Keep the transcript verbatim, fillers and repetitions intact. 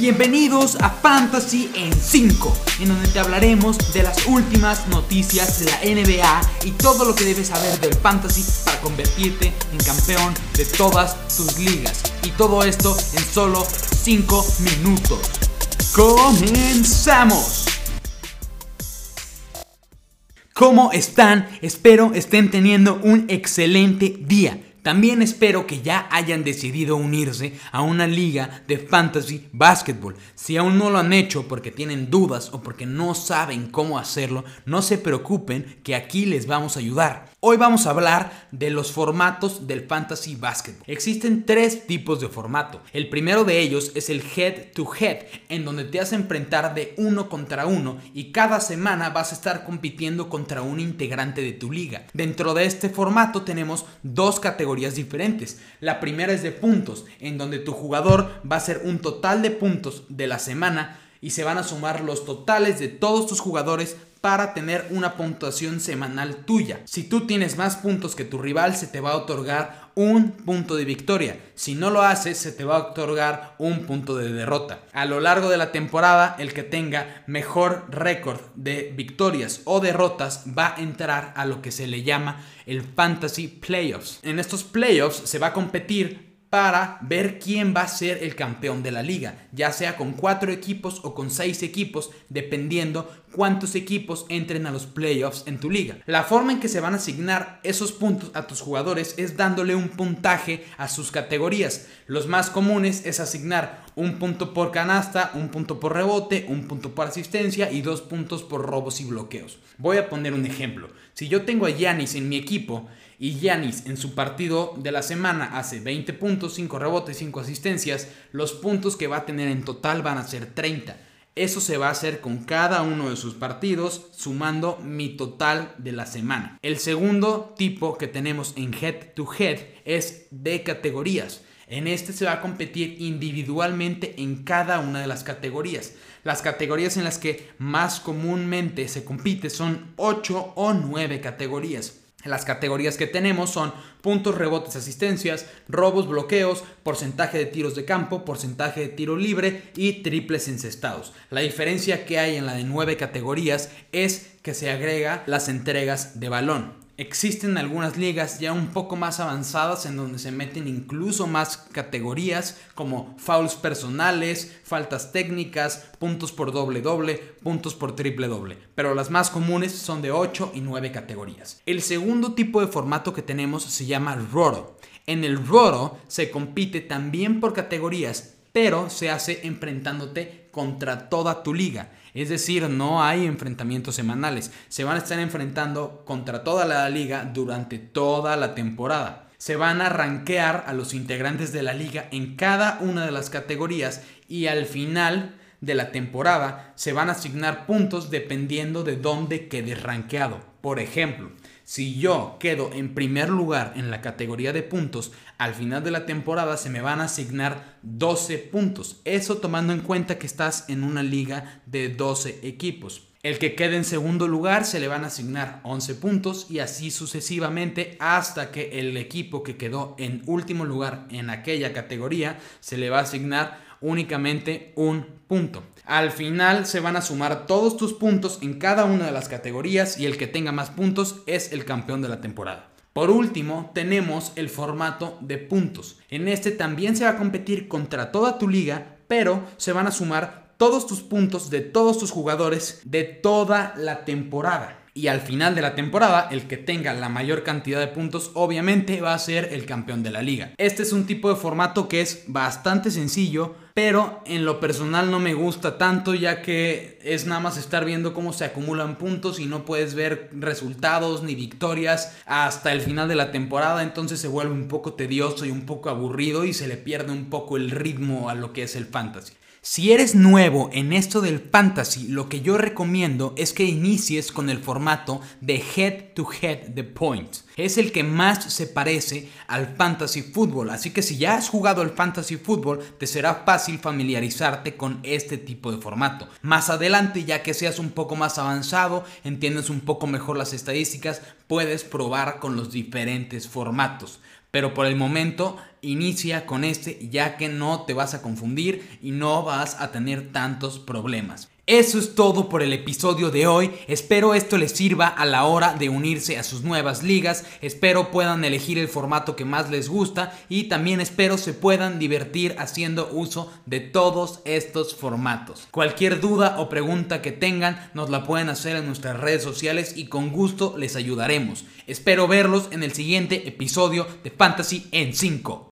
Bienvenidos a Fantasy en cinco, en donde te hablaremos de las últimas noticias de la N B A y todo lo que debes saber del Fantasy para convertirte en campeón de todas tus ligas. Y todo esto en solo cinco minutos. ¡Comenzamos! ¿Cómo están? Espero estén teniendo un excelente día. También espero que ya hayan decidido unirse a una liga de fantasy basketball. Si aún no lo han hecho porque tienen dudas o porque no saben cómo hacerlo, no se preocupen que aquí les vamos a ayudar. Hoy vamos a hablar de los formatos del fantasy basketball. Existen tres tipos de formato. El primero de ellos es el head to head, en donde te vas a enfrentar de uno contra uno y cada semana vas a estar compitiendo contra un integrante de tu liga. Dentro de este formato tenemos dos categorías diferentes. La primera es de puntos, en donde tu jugador va a hacer un total de puntos de la semana y se van a sumar los totales de todos tus jugadores para tener una puntuación semanal tuya. Si tú tienes más puntos que tu rival, se te va a otorgar un punto de victoria. Si no lo haces, se te va a otorgar un punto de derrota. A lo largo de la temporada, el que tenga mejor récord de victorias o derrotas va a entrar a lo que se le llama el Fantasy Playoffs. En estos playoffs se va a competir para ver quién va a ser el campeón de la liga, ya sea con cuatro equipos o con seis equipos, dependiendo cuántos equipos entren a los playoffs en tu liga. La forma en que se van a asignar esos puntos a tus jugadores es dándole un puntaje a sus categorías. Los más comunes es asignar un punto por canasta, un punto por rebote, un punto por asistencia y dos puntos por robos y bloqueos. Voy a poner un ejemplo. Si yo tengo a Giannis en mi equipo y Giannis en su partido de la semana hace veinte puntos, cinco rebotes, cinco asistencias, los puntos que va a tener en total van a ser treinta. Eso se va a hacer con cada uno de sus partidos, sumando mi total de la semana. El segundo tipo que tenemos en head to head es de categorías. En este se va a competir individualmente en cada una de las categorías. Las categorías en las que más comúnmente se compite son ocho o nueve categorías. Las categorías que tenemos son puntos, rebotes, asistencias, robos, bloqueos, porcentaje de tiros de campo, porcentaje de tiro libre y triples encestados. La diferencia que hay en la de nueve categorías es que se agrega las entregas de balón. Existen algunas ligas ya un poco más avanzadas en donde se meten incluso más categorías como fouls personales, faltas técnicas, puntos por doble doble, puntos por triple doble, pero las más comunes son de ocho y nueve categorías. El segundo tipo de formato que tenemos se llama Roto. En el Roto se compite también por categorías, pero se hace enfrentándote contra toda tu liga. Es decir, no hay enfrentamientos semanales. Se van a estar enfrentando contra toda la liga durante toda la temporada. Se van a rankear a los integrantes de la liga en cada una de las categorías y al final de la temporada se van a asignar puntos dependiendo de dónde quedes rankeado. Por ejemplo, si yo quedo en primer lugar en la categoría de puntos, al final de la temporada se me van a asignar doce puntos. Eso tomando en cuenta que estás en una liga de doce equipos. El que quede en segundo lugar se le van a asignar once puntos y así sucesivamente hasta que el equipo que quedó en último lugar en aquella categoría se le va a asignar únicamente un punto. Al final se van a sumar todos tus puntos en cada una de las categorías y el que tenga más puntos es el campeón de la temporada. Por último, tenemos el formato de puntos. En este también se va a competir contra toda tu liga, pero se van a sumar todos tus puntos de todos tus jugadores de toda la temporada. Y al final de la temporada, el que tenga la mayor cantidad de puntos obviamente va a ser el campeón de la liga. Este es un tipo de formato que es bastante sencillo, pero en lo personal no me gusta tanto, ya que es nada más estar viendo cómo se acumulan puntos y no puedes ver resultados ni victorias hasta el final de la temporada. Entonces se vuelve un poco tedioso y un poco aburrido y se le pierde un poco el ritmo a lo que es el fantasy. Si eres nuevo en esto del fantasy, lo que yo recomiendo es que inicies con el formato de head to head de points. Es el que más se parece al fantasy fútbol, así que si ya has jugado el fantasy fútbol, te será fácil familiarizarte con este tipo de formato. Más adelante, ya que seas un poco más avanzado, entiendes un poco mejor las estadísticas, puedes probar con los diferentes formatos. pero por el momento inicia con este, ya que no te vas a confundir y no vas a tener tantos problemas. Eso es todo por el episodio de hoy. Espero esto les sirva a la hora de unirse a sus nuevas ligas. Espero puedan elegir el formato que más les gusta y también espero se puedan divertir haciendo uso de todos estos formatos. Cualquier duda o pregunta que tengan nos la pueden hacer en nuestras redes sociales y con gusto les ayudaremos. Espero verlos en el siguiente episodio de Fantasy en cinco.